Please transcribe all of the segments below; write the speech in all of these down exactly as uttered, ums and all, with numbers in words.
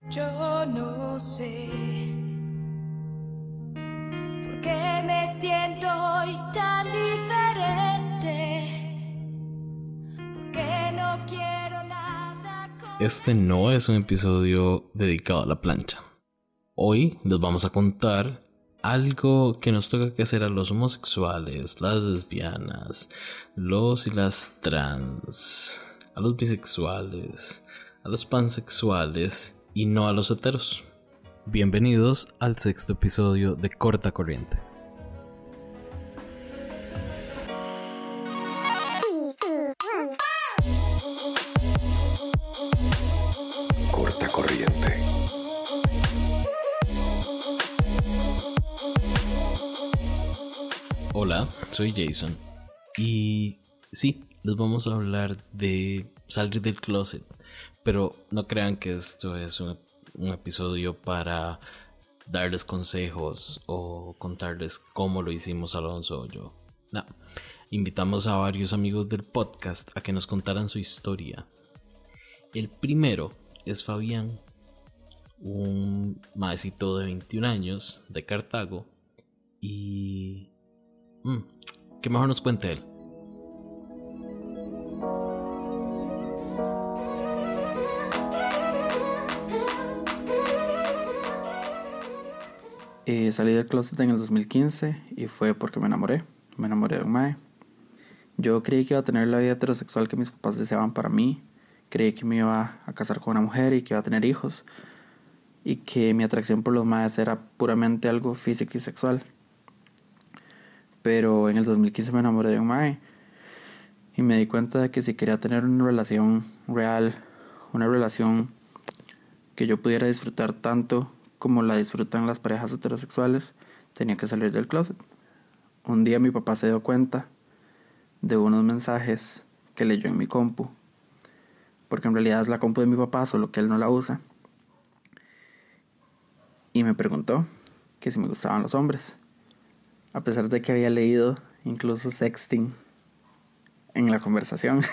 Yo no sé por qué me siento hoy tan diferente, porque no quiero nada con... Este no es un episodio dedicado a la plancha. Hoy les vamos a contar algo que nos toca que hacer a los homosexuales, las lesbianas, los y las trans, a los bisexuales, a los pansexuales y no a los heteros. Bienvenidos al sexto episodio de Corta Corriente. Corta Corriente. Hola, soy Jason y sí, les vamos a hablar de salir del closet, pero no crean que esto es un, un episodio para darles consejos o contarles cómo lo hicimos Alonso o yo. No, invitamos a varios amigos del podcast a que nos contaran su historia. El primero es Fabián, un maecito de veintiún años de Cartago y... Mm, que mejor nos cuente él. Eh, salí del closet en el dos mil quince y fue porque me enamoré. Me enamoré de un mae. Yo creí que iba a tener la vida heterosexual que mis papás deseaban para mí. Creí que me iba a casar con una mujer y que iba a tener hijos. Y que mi atracción por los maes era puramente algo físico y sexual. Pero en el dos mil quince me enamoré de un mae. Y me di cuenta de que si quería tener una relación real, una relación que yo pudiera disfrutar tanto como la disfrutan las parejas heterosexuales, tenía que salir del closet. Un día mi papá se dio cuenta de unos mensajes que leyó en mi compu, porque en realidad es la compu de mi papá, solo que él no la usa, y me preguntó que si me gustaban los hombres, a pesar de que había leído incluso sexting en la conversación.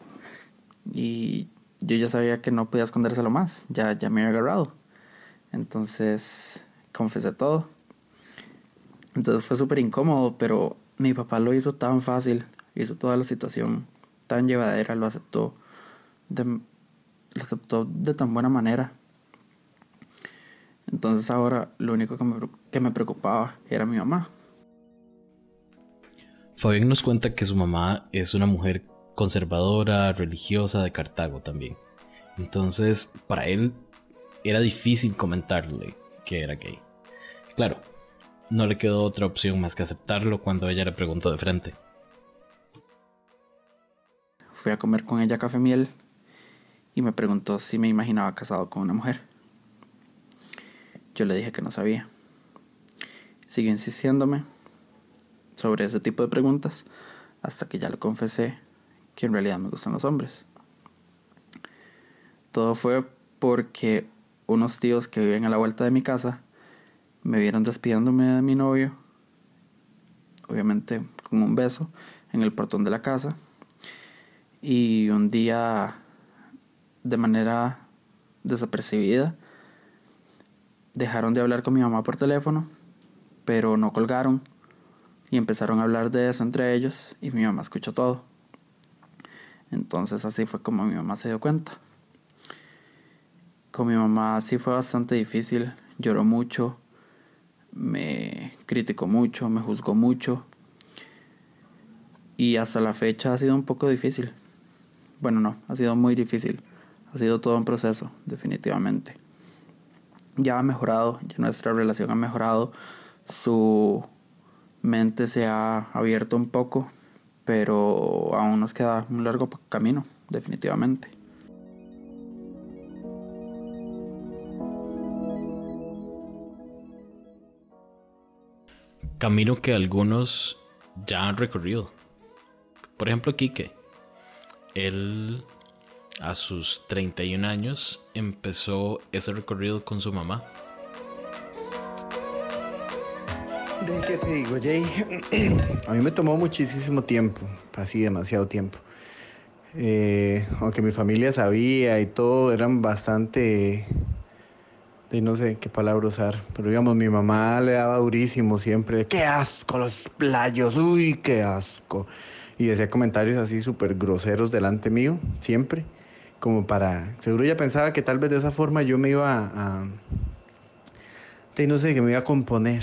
Y yo ya sabía que no podía escondérselo más, ya, ya me había agarrado. Entonces confesé todo. Entonces fue súper incómodo, pero mi papá lo hizo tan fácil, hizo toda la situación tan llevadera, lo aceptó de, lo aceptó de tan buena manera. Entonces ahora lo único que me, que me preocupaba era mi mamá. Fabián nos cuenta que su mamá es una mujer conservadora, religiosa de Cartago también. Entonces para él era difícil comentarle que era gay. Claro, no le quedó otra opción más que aceptarlo cuando ella le preguntó de frente. Fui a comer con ella café miel y me preguntó si me imaginaba casado con una mujer. Yo le dije que no sabía. Siguió insistiéndome sobre ese tipo de preguntas hasta que ya le confesé que en realidad me gustan los hombres. Todo fue porque unos tíos que viven a la vuelta de mi casa me vieron despidiéndome de mi novio, obviamente con un beso, en el portón de la casa. Y un día, de manera desapercibida, dejaron de hablar con mi mamá por teléfono, pero no colgaron y empezaron a hablar de eso entre ellos y mi mamá escuchó todo. Entonces así fue como mi mamá se dio cuenta. Con mi mamá sí fue bastante difícil, lloró mucho, me criticó mucho, me juzgó mucho y hasta la fecha ha sido un poco difícil. Bueno, no, ha sido muy difícil, ha sido todo un proceso, definitivamente. Ya ha mejorado, ya nuestra relación ha mejorado, su mente se ha abierto un poco, pero aún nos queda un largo camino, definitivamente. Camino que algunos ya han recorrido. Por ejemplo, Quique. Él a sus treinta y un años empezó ese recorrido con su mamá. ¿De qué te digo, Jay? A mí me tomó muchísimo tiempo, así demasiado tiempo. Eh, aunque mi familia sabía y todo, eran bastante y no sé qué palabra usar, pero digamos, mi mamá le daba durísimo siempre, qué asco los playos, uy, qué asco. Y decía comentarios así súper groseros delante mío, siempre, como para, seguro ella pensaba que tal vez de esa forma yo me iba a, a y no sé, que me iba a componer.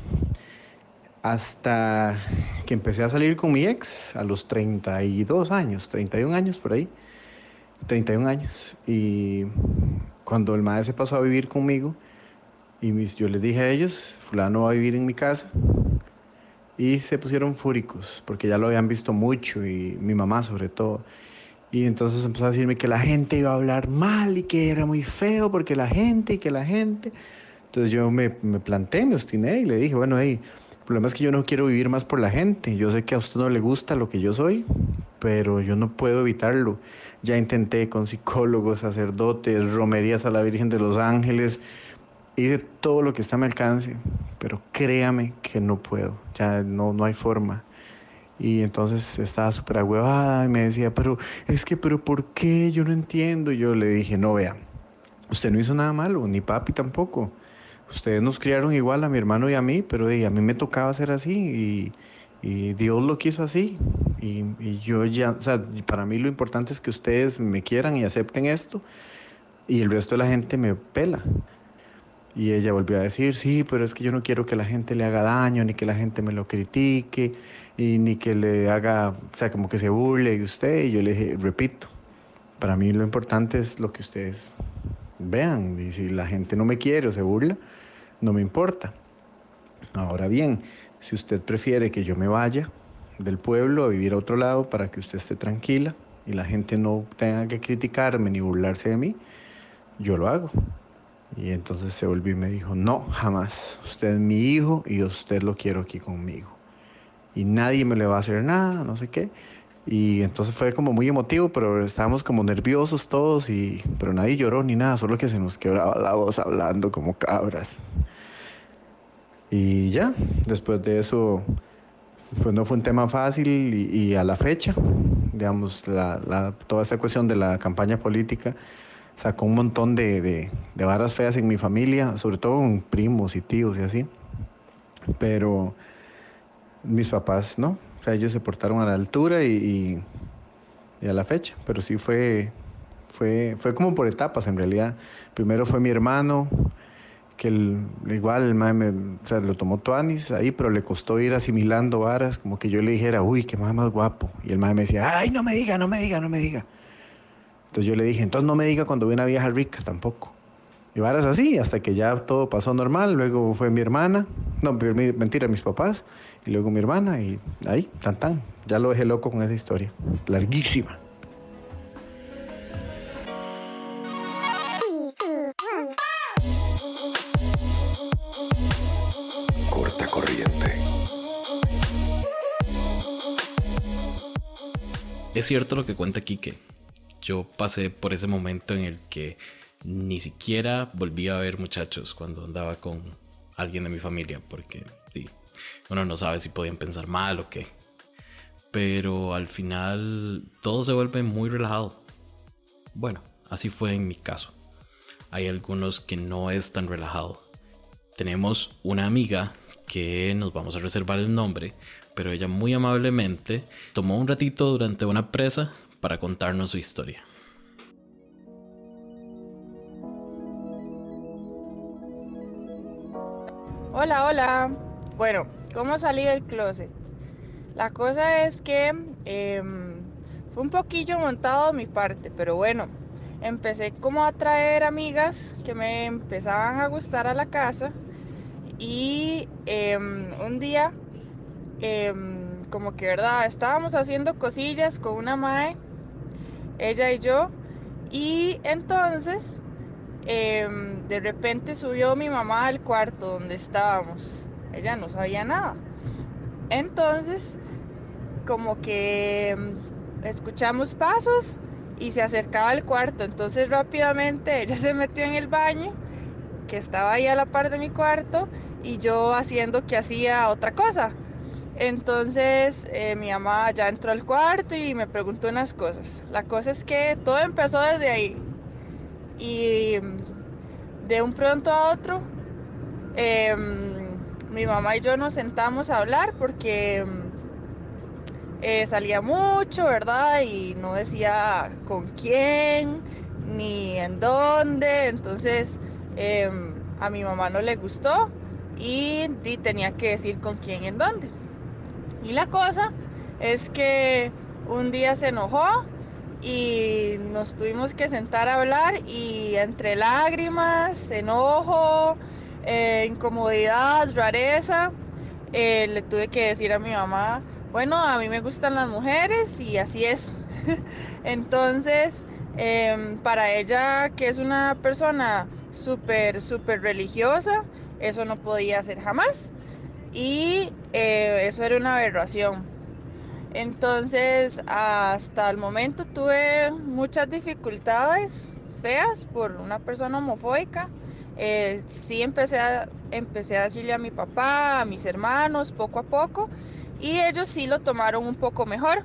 Hasta que empecé a salir con mi ex a los treinta y dos años, treinta y un años por ahí, treinta y un años. Y cuando el maestro se pasó a vivir conmigo, y mis, yo les dije a ellos, fulano va a vivir en mi casa, y se pusieron fúricos, porque ya lo habían visto mucho, y mi mamá sobre todo. Y entonces empezó a decirme que la gente iba a hablar mal y que era muy feo porque la gente y que la gente. Entonces yo me, me planté, me obstiné y le dije, bueno, hey, el problema es que yo no quiero vivir más por la gente. Yo sé que a usted no le gusta lo que yo soy, pero yo no puedo evitarlo. Ya intenté con psicólogos, sacerdotes, romerías a la Virgen de los Ángeles. Hice todo lo que está a mi alcance, pero créame que no puedo. Ya no, no hay forma. Y entonces estaba súper agüevada y me decía, pero es que, pero ¿por qué? Yo no entiendo. Y yo le dije, no, vea, usted no hizo nada malo, ni papi tampoco. Ustedes nos criaron igual a mi hermano y a mí, pero hey, a mí me tocaba ser así y, y Dios lo quiso así. Y, y yo ya, o sea, para mí lo importante es que ustedes me quieran y acepten esto y el resto de la gente me pela. Y ella volvió a decir, sí, pero es que yo no quiero que la gente le haga daño, ni que la gente me lo critique, y ni que le haga, o sea, como que se burle de usted. Y yo le dije, repito, para mí lo importante es lo que ustedes vean. Y si la gente no me quiere o se burla, no me importa. Ahora bien, si usted prefiere que yo me vaya del pueblo a vivir a otro lado para que usted esté tranquila y la gente no tenga que criticarme ni burlarse de mí, yo lo hago. Y entonces se volvió y me dijo, no, jamás. Usted es mi hijo y usted lo quiero aquí conmigo. Y nadie me le va a hacer nada, no sé qué. Y entonces fue como muy emotivo, pero estábamos como nerviosos todos, y, pero nadie lloró ni nada, solo que se nos quebraba la voz hablando como cabras. Y ya, después de eso, pues no fue un tema fácil y, y a la fecha, digamos, la, la, toda esta cuestión de la campaña política sacó un montón de, de, de varas feas en mi familia, sobre todo con primos y tíos y así. Pero mis papás no, o sea, ellos se portaron a la altura y, y, y a la fecha, pero sí fue, fue, fue como por etapas en realidad. Primero fue mi hermano, que el, igual el mae me, o sea, lo tomó tuanis ahí, pero le costó ir asimilando varas, como que yo le dijera, uy, qué mae más guapo. Y el mae me decía, ay, no me diga, no me diga, no me diga. Entonces yo le dije, entonces no me diga cuando ve una vieja rica tampoco. Y varas así, hasta que ya todo pasó normal. Luego fue mi hermana, no, mentira, mis papás, y luego mi hermana, y ahí, tan tan. Ya lo dejé loco con esa historia, larguísima. Corta corriente. Es cierto lo que cuenta Quique. Yo pasé por ese momento en el que ni siquiera volví a ver muchachos cuando andaba con alguien de mi familia, porque sí, uno no sabe si podían pensar mal o qué. Pero al final todo se vuelve muy relajado. Bueno, así fue en mi caso. Hay algunos que no es tan relajado. Tenemos una amiga que nos vamos a reservar el nombre, pero ella muy amablemente tomó un ratito durante una presa para contarnos su historia. Hola, hola. Bueno, ¿cómo salí del closet? La cosa es que eh, fue un poquillo montado de mi parte, pero bueno, empecé como a traer amigas que me empezaban a gustar a la casa y eh, un día, eh, como que verdad, estábamos haciendo cosillas con una mae, ella y yo, y entonces eh, de repente subió mi mamá al cuarto donde estábamos. Ella no sabía nada. Entonces, como que mm, escuchamos pasos y se acercaba al cuarto. Entonces, rápidamente ella se metió en el baño, que estaba ahí a la par de mi cuarto, y yo haciendo que hacía otra cosa. Entonces, eh, mi mamá ya entró al cuarto y me preguntó unas cosas. La cosa es que todo empezó desde ahí. Y de un pronto a otro, eh, mi mamá y yo nos sentamos a hablar porque eh, salía mucho, ¿verdad? Y no decía con quién ni en dónde. Entonces eh, a mi mamá no le gustó y, y tenía que decir con quién y en dónde. Y la cosa es que un día se enojó y nos tuvimos que sentar a hablar, y entre lágrimas, enojo, eh, incomodidad, rareza, eh, le tuve que decir a mi mamá, bueno, a mí me gustan las mujeres y así es. Entonces, eh, para ella, que es una persona súper, súper religiosa, eso no podía ser jamás. Y eh, eso era una aberración. Entonces, hasta el momento tuve muchas dificultades feas por una persona homofóbica. Eh, sí empecé a, empecé a decirle a mi papá, a mis hermanos, poco a poco, y ellos sí lo tomaron un poco mejor.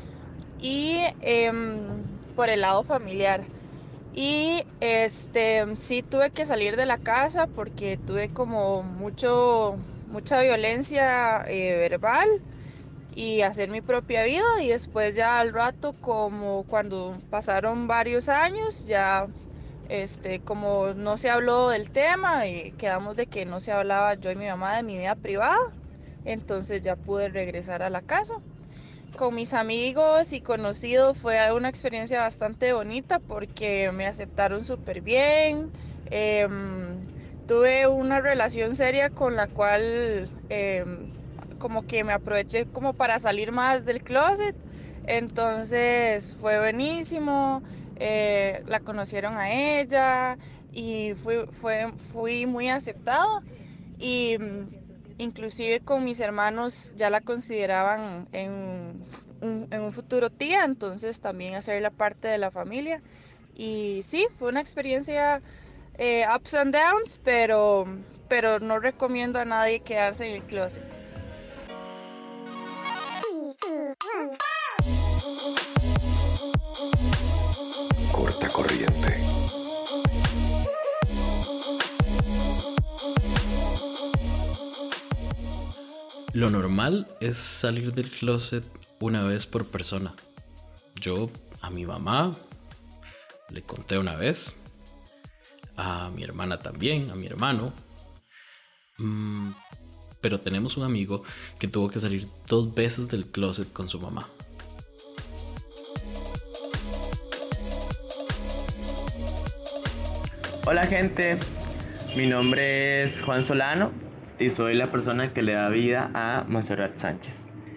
Y eh, por el lado familiar. Y este sí tuve que salir de la casa porque tuve como mucho, mucha violencia eh, verbal, y hacer mi propia vida. Y después ya al rato, como cuando pasaron varios años, ya este como no se habló del tema y quedamos de que no se hablaba yo y mi mamá de mi vida privada, entonces ya pude regresar a la casa. Con mis amigos y conocidos fue una experiencia bastante bonita porque me aceptaron súper bien. Eh, tuve una relación seria con la cual eh, como que me aproveché como para salir más del closet. Entonces fue buenísimo. Eh, la conocieron a ella y fui, fue, fui muy aceptada. Y inclusive con mis hermanos ya la consideraban en un, en un futuro tía, entonces también hacerla parte de la familia. Y sí, fue una experiencia eh, ups and downs, pero, pero no recomiendo a nadie quedarse en el closet. Corta corriente. Lo normal es salir del closet una vez por persona. Yo a mi mamá le conté una vez, a mi hermana también, a mi hermano. Mm, pero tenemos un amigo que tuvo que salir dos veces del closet con su mamá. Hola gente, mi nombre es Juan Solano y soy la persona que le da vida a Montserrat Sánchez.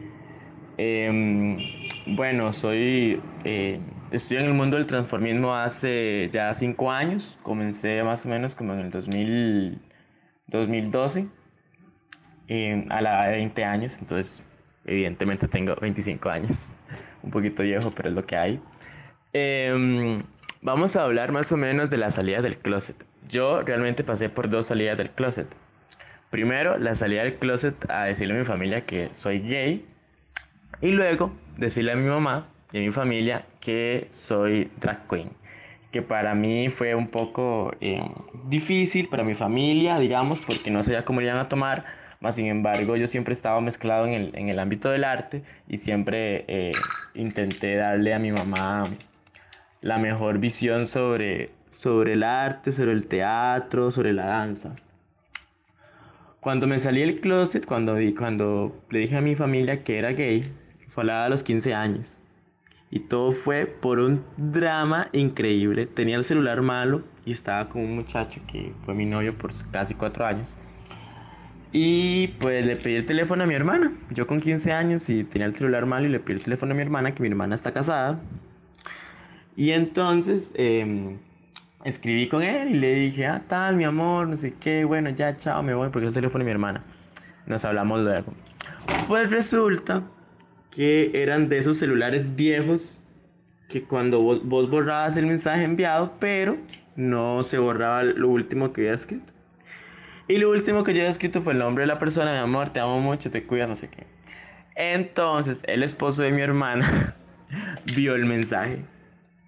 Eh, bueno, soy eh, estoy en el mundo del transformismo hace ya cinco años. Comencé más o menos como en el dos mil, dos mil doce, eh, a la edad de veinte años, entonces evidentemente tengo veinticinco años, un poquito viejo, pero es lo que hay. Eh, vamos a hablar más o menos de las salidas del closet. Yo realmente pasé por dos salidas del closet. Primero, la salida del closet a decirle a mi familia que soy gay, y luego decirle a mi mamá y a mi familia que soy drag queen, que para mí fue un poco eh, difícil, para mi familia, digamos, porque no sabía cómo le iban a tomar, mas sin embargo yo siempre estaba mezclado en el, en el ámbito del arte, y siempre eh, intenté darle a mi mamá la mejor visión sobre, sobre el arte, sobre el teatro, sobre la danza. Cuando me salí del closet, cuando, cuando le dije a mi familia que era gay, fue a la edad de los quince años. Y todo fue por un drama increíble. Tenía el celular malo y estaba con un muchacho que fue mi novio por casi cuatro años. Y pues le pedí el teléfono a mi hermana. Yo con quince años y tenía el celular malo, y le pedí el teléfono a mi hermana, que mi hermana está casada. Y entonces eh, escribí con él y le dije, ah, tal, mi amor, no sé qué, bueno, ya, chao, me voy, porque es el teléfono de mi hermana. Nos hablamos luego. Pues resulta que eran de esos celulares viejos que cuando vos, vos borrabas el mensaje enviado, pero no se borraba lo último que había escrito. Y lo último que yo había escrito fue el nombre de la persona: mi amor, te amo mucho, te cuidas, no sé qué. Entonces el esposo de mi hermana vio el mensaje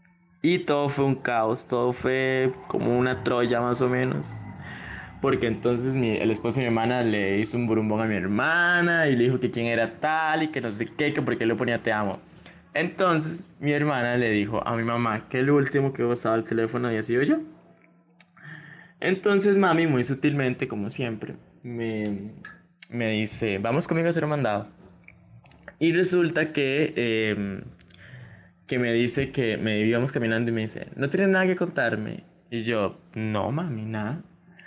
Y todo fue un caos, todo fue como una Troya más o menos. Porque entonces mi, el esposo de mi hermana le hizo un burumbón a mi hermana y le dijo que quién era tal y que no sé qué, que por qué le ponía te amo. Entonces mi hermana le dijo a mi mamá que el último que usaba el teléfono había sido yo. Entonces mami, muy sutilmente, como siempre, me, me dice, vamos conmigo a hacer un mandado. Y resulta que, eh, que me dice que me íbamos caminando y me dice, ¿no tienes nada que contarme? Y yo, no mami, nada.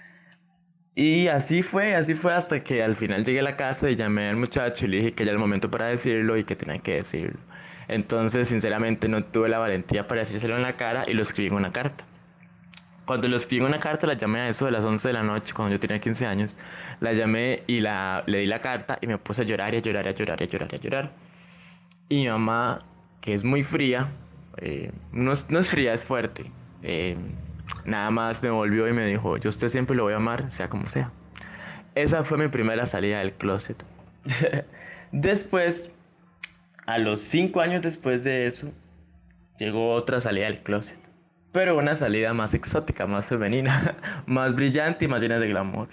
Y así fue, así fue hasta que al final llegué a la casa y llamé al muchacho y le dije que ya era el momento para decirlo y que tenía que decirlo. Entonces, sinceramente, no tuve la valentía para decírselo en la cara y lo escribí en una carta. Cuando lo escribí en una carta, la llamé a eso de las once de la noche, cuando yo tenía quince años. La llamé y la, le di la carta y me puse a llorar y a llorar y a llorar y a llorar y a llorar. Y mi mamá, que es muy fría, eh, no, es, no es fría, es fuerte. Eh, Nada más me volvió y me dijo, yo a usted siempre lo voy a amar, sea como sea. Esa fue mi primera salida del closet. Después, a los cinco años después de eso, llegó otra salida del closet. Pero una salida más exótica, más femenina, más brillante y más llena de glamour.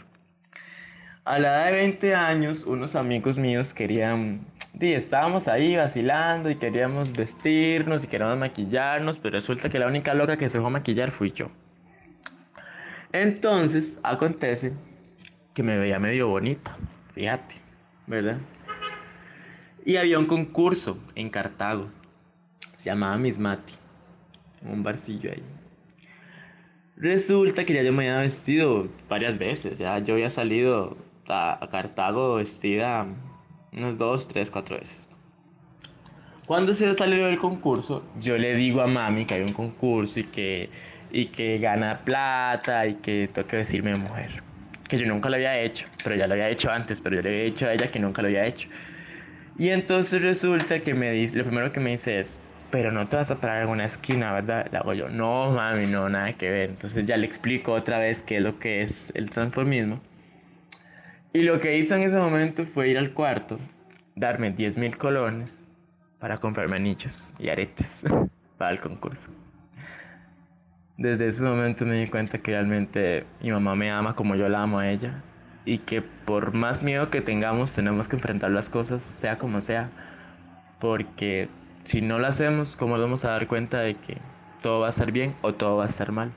A la edad de veinte años, unos amigos míos querían... Sí, estábamos ahí vacilando y queríamos vestirnos y queríamos maquillarnos, pero resulta que la única loca que se dejó maquillar fui yo. Entonces, acontece que me veía medio bonita, fíjate, ¿verdad? Y había un concurso en Cartago, se llamaba Miss Mati, un barcillo ahí. Resulta que ya yo me había vestido varias veces, ya yo había salido a, a Cartago vestida unas dos, tres, cuatro veces. Cuando se salió del concurso, yo le digo a mami que hay un concurso y que, y que gana plata y que tengo que vestirme de mujer. Que yo nunca lo había hecho, pero ya lo había hecho antes, pero yo le había dicho a ella que nunca lo había hecho. Y entonces resulta que me dice, lo primero que me dice es, pero no te vas a parar en una esquina, ¿verdad? Le hago yo, no mami, no, nada que ver. Entonces ya le explico otra vez qué es lo que es el transformismo. Y lo que hizo en ese momento fue ir al cuarto, darme diez mil colones para comprarme anillos y aretes para el concurso. Desde ese momento me di cuenta que realmente mi mamá me ama como yo la amo a ella y que por más miedo que tengamos tenemos que enfrentar las cosas sea como sea, porque si no lo hacemos, ¿cómo nos vamos a dar cuenta de que todo va a estar bien o todo va a estar mal?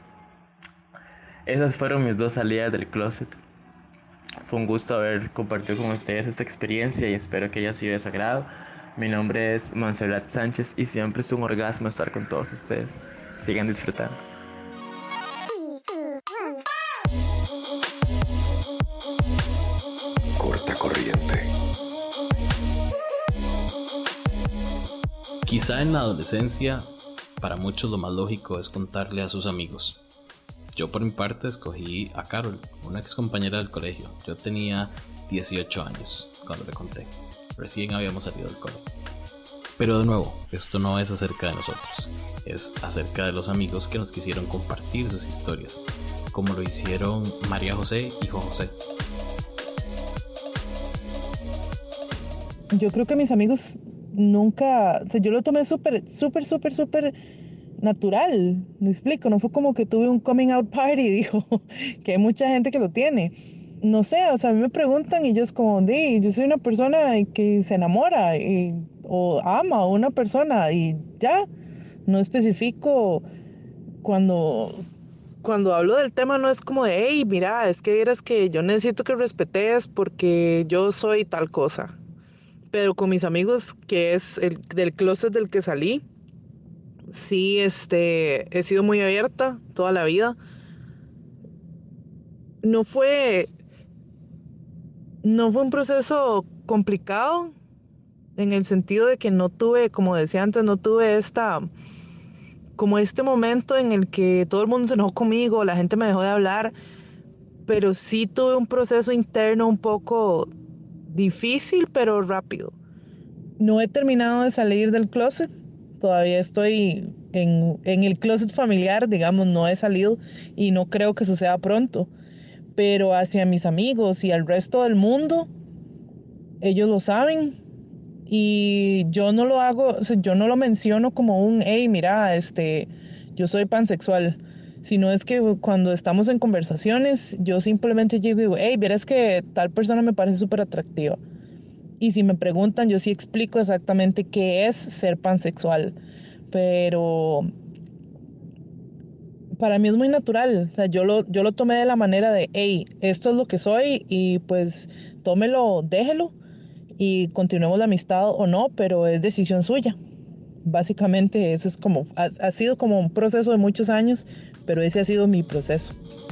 Esas fueron mis dos salidas del closet. Fue un gusto haber compartido con ustedes esta experiencia y espero que haya sido de su agrado. Mi nombre es Montserrat Sánchez y siempre es un orgasmo estar con todos ustedes. Sigan disfrutando. Corta corriente. Quizá en la adolescencia, para muchos lo más lógico es contarle a sus amigos. Yo por mi parte escogí a Carol, una ex compañera del colegio. Yo tenía dieciocho años cuando le conté. Recién habíamos salido del colegio. Pero de nuevo, esto no es acerca de nosotros. Es acerca de los amigos que nos quisieron compartir sus historias, como lo hicieron María José y Juan José. Yo creo que mis amigos nunca... O sea, yo lo tomé súper, súper, súper, súper... natural, me explico, no fue como que tuve un coming out party, dijo, que hay mucha gente que lo tiene, no sé, o sea, a mí me preguntan y yo es como, di, yo soy una persona que se enamora y, o ama a una persona y ya, no especifico cuando, cuando hablo del tema no es como de, hey, mira, es que vieras que yo necesito que respetes porque yo soy tal cosa, pero con mis amigos, que es el del closet del que salí, sí, este, he sido muy abierta toda la vida. No fue, no fue un proceso complicado en el sentido de que no tuve, como decía antes, no tuve esta, como este momento en el que todo el mundo se enojó conmigo, la gente me dejó de hablar, pero sí tuve un proceso interno un poco difícil, pero rápido. No he terminado de salir del closet. Todavía estoy en, en el closet familiar, digamos, no he salido y no creo que suceda pronto. Pero hacia mis amigos y al resto del mundo, ellos lo saben y yo no lo hago, o sea, yo no lo menciono como un, hey, mira, este, yo soy pansexual, sino es que cuando estamos en conversaciones, yo simplemente llego y digo, hey, verás que tal persona me parece súper atractiva. Y si me preguntan, yo sí explico exactamente qué es ser pansexual. Pero para mí es muy natural. O sea, yo lo, yo lo tomé de la manera de, hey, esto es lo que soy y pues tómelo, déjelo y continuemos la amistad o no, pero es decisión suya. Básicamente ese es como, ha, ha sido como un proceso de muchos años, pero ese ha sido mi proceso.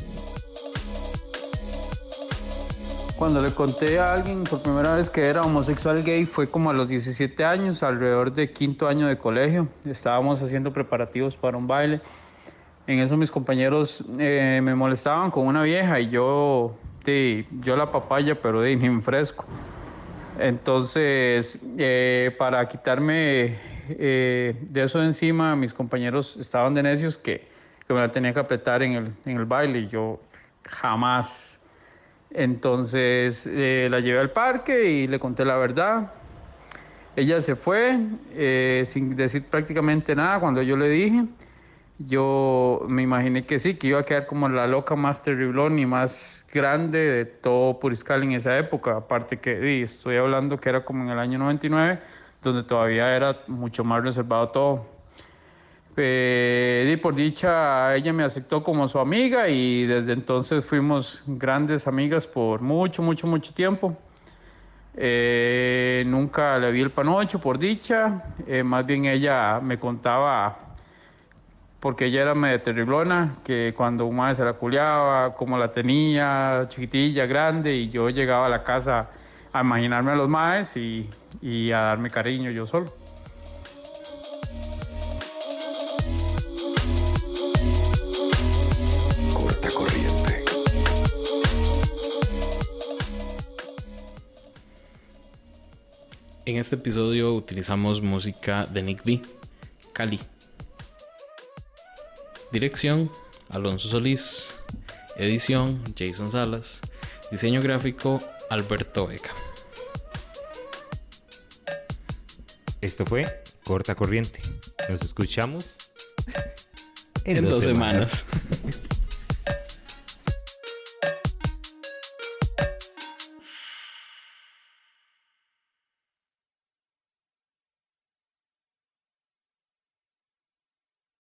Cuando le conté a alguien por primera vez que era homosexual gay fue como a los diecisiete años, alrededor de quinto año de colegio. Estábamos haciendo preparativos para un baile. En eso mis compañeros eh, me molestaban con una vieja y yo, de, yo la papaya, pero de ni me fresco. Entonces, eh, para quitarme eh, de eso de encima, mis compañeros estaban de necios que, que me la tenía que apretar en el, en el baile y yo jamás. Entonces eh, la llevé al parque y le conté la verdad. Ella se fue eh, sin decir prácticamente nada. Cuando yo le dije, yo me imaginé que sí, que iba a quedar como la loca más terriblón y más grande de todo Puriscal en esa época. Aparte que y estoy hablando que era como en el año noventa y nueve, donde todavía era mucho más reservado todo. Eh, y por dicha ella me aceptó como su amiga y desde entonces fuimos grandes amigas por mucho, mucho, mucho tiempo. Eh, nunca le vi el panocho por dicha, eh, más bien ella me contaba, porque ella era medio terriblona, que cuando un madre se la culiaba, cómo la tenía, chiquitilla, grande, y yo llegaba a la casa a imaginarme a los maes y, y a darme cariño yo solo. En este episodio utilizamos música de Nick V, Cali. Dirección, Alonso Solís. Edición, Jason Salas. Diseño gráfico, Alberto Vega. Esto fue Corta Corriente. Nos escuchamos en, en dos, dos semanas. semanas.